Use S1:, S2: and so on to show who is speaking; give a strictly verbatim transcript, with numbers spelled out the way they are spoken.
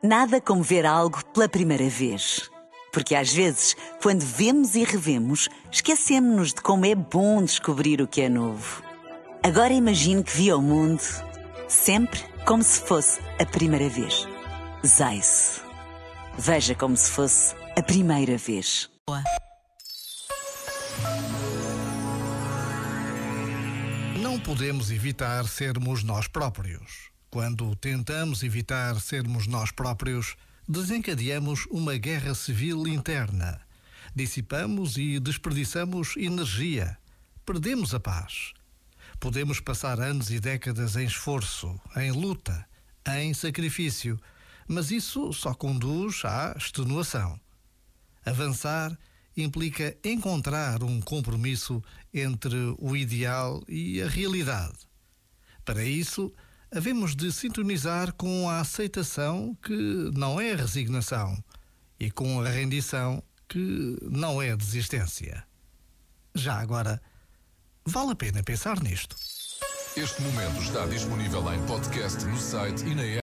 S1: Nada como ver algo pela primeira vez. Porque às vezes, quando vemos e revemos, esquecemos-nos de como é bom descobrir o que é novo. Agora imagine que viu o mundo sempre como se fosse a primeira vez. Zais. Veja como se fosse a primeira vez.
S2: Não podemos evitar sermos nós próprios. Quando tentamos evitar sermos nós próprios, desencadeamos uma guerra civil interna. Dissipamos e desperdiçamos energia. Perdemos a paz. Podemos passar anos e décadas em esforço, em luta, em sacrifício, mas isso só conduz à extenuação. Avançar implica encontrar um compromisso entre o ideal e a realidade. Para isso, havemos de sintonizar com a aceitação, que não é resignação, e com a rendição, que não é desistência. Já agora, vale a pena pensar nisto.
S3: Este momento está disponível em podcast no site e na app.